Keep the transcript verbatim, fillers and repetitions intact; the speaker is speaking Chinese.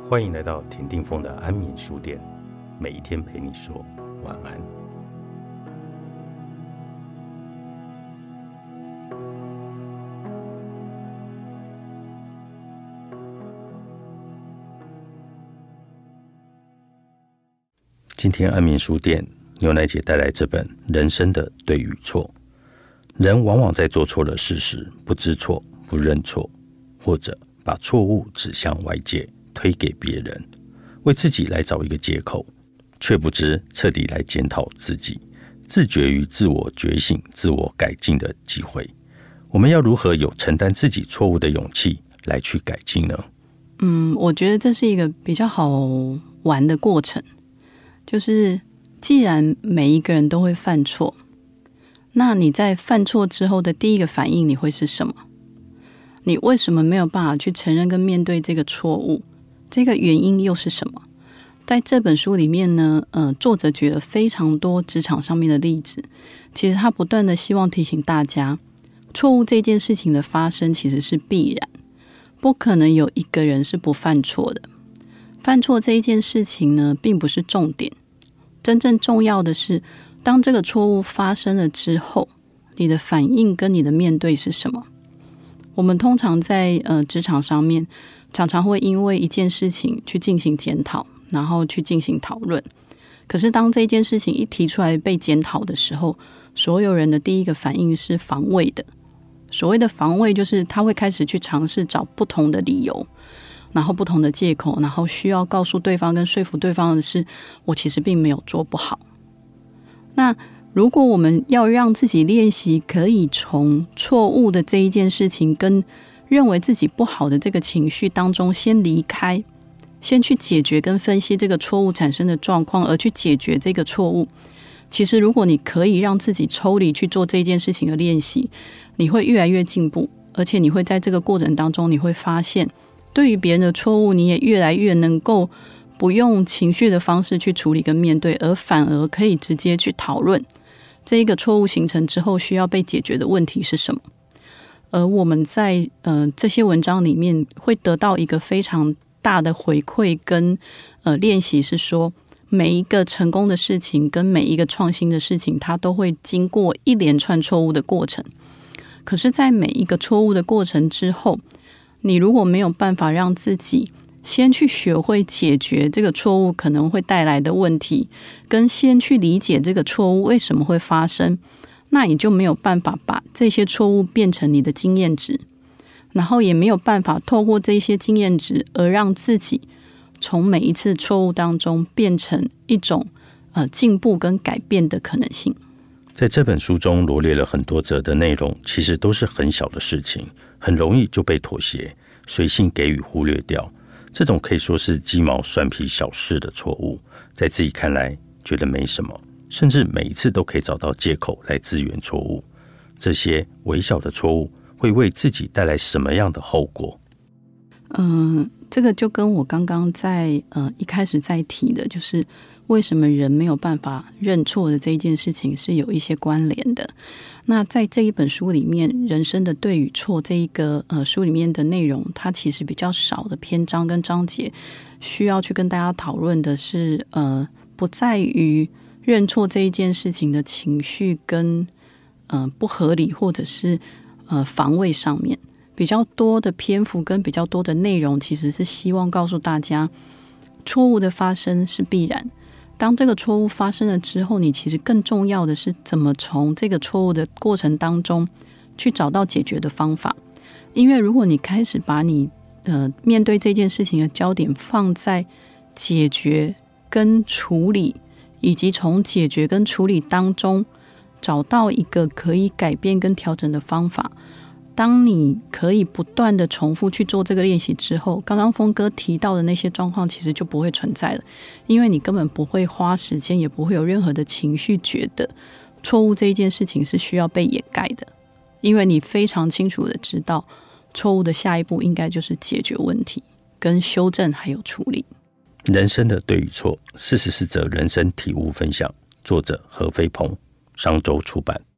欢迎来到田定峰的安眠书店，每一天陪你说晚安。今天安眠书店牛奶姐带来这本《人生的对与错》。人往往在做错了事时不知错、不认错，或者把错误指向外界，推给别人，为自己来找一个借口，却不知彻底来检讨自己，自觉于自我觉醒、自我改进的机会。我们要如何有承担自己错误的勇气来去改进呢？ 嗯，我觉得这是一个比较好玩的过程，就是既然每一个人都会犯错，那你在犯错之后的第一个反应你会是什么？你为什么没有办法去承认跟面对这个错误？这个原因又是什么？在这本书里面呢，呃，作者举了非常多职场上面的例子。其实他不断的希望提醒大家，错误这件事情的发生其实是必然，不可能有一个人是不犯错的。犯错这一件事情呢，并不是重点，真正重要的是，当这个错误发生了之后，你的反应跟你的面对是什么？我们通常在呃职场上面，常常会因为一件事情去进行检讨，然后去进行讨论。可是当这件事情一提出来被检讨的时候，所有人的第一个反应是防卫的。所谓的防卫，就是他会开始去尝试找不同的理由，然后不同的借口，然后需要告诉对方跟说服对方的是，我其实并没有做不好。那如果我们要让自己练习可以从错误的这一件事情跟认为自己不好的这个情绪当中先离开，先去解决跟分析这个错误产生的状况，而去解决这个错误，其实如果你可以让自己抽离去做这件事情的练习，你会越来越进步，而且你会在这个过程当中，你会发现对于别人的错误，你也越来越能够不用情绪的方式去处理跟面对，而反而可以直接去讨论这一个错误形成之后需要被解决的问题是什么。而我们在呃这些文章里面会得到一个非常大的回馈跟呃练习，是说每一个成功的事情跟每一个创新的事情，它都会经过一连串错误的过程。可是在每一个错误的过程之后，你如果没有办法让自己先去学会解决这个错误可能会带来的问题，跟先去理解这个错误为什么会发生，那你就没有办法把这些错误变成你的经验值，然后也没有办法透过这些经验值而让自己从每一次错误当中变成一种呃进步跟改变的可能性。 在这本书中罗列了很多则的内容，其实都是很小的事情，很容易就被妥协、随性给予忽略掉。这种可以说是鸡毛蒜皮小事的错误，在自己看来觉得没什么，甚至每一次都可以找到借口来自圆错误。这些微小的错误会为自己带来什么样的后果？ 嗯，这个就跟我刚刚在呃一开始在提的，就是为什么人没有办法认错的这一件事情是有一些关联的。那在这一本书里面，人生的对与错这一个呃书里面的内容，它其实比较少的篇章跟章节需要去跟大家讨论的是，呃，不在于认错这一件事情的情绪跟呃不合理或者是呃防卫上面。比较多的篇幅跟比较多的内容，其实是希望告诉大家，错误的发生是必然。当这个错误发生了之后，你其实更重要的是怎么从这个错误的过程当中去找到解决的方法。因为如果你开始把你呃面对这件事情的焦点放在解决跟处理，以及从解决跟处理当中找到一个可以改变跟调整的方法，当你可以不断的重复去做这个练习之后，刚刚峰哥提到的那些状况其实就不会存在了，因为你根本不会花时间，也不会有任何的情绪觉得错误这一件事情是需要被掩盖的，因为你非常清楚的知道错误的下一步应该就是解决问题跟修正还有处理。 人生的对与错，四十四则人生体悟分享，作者何飞鹏，商周出版。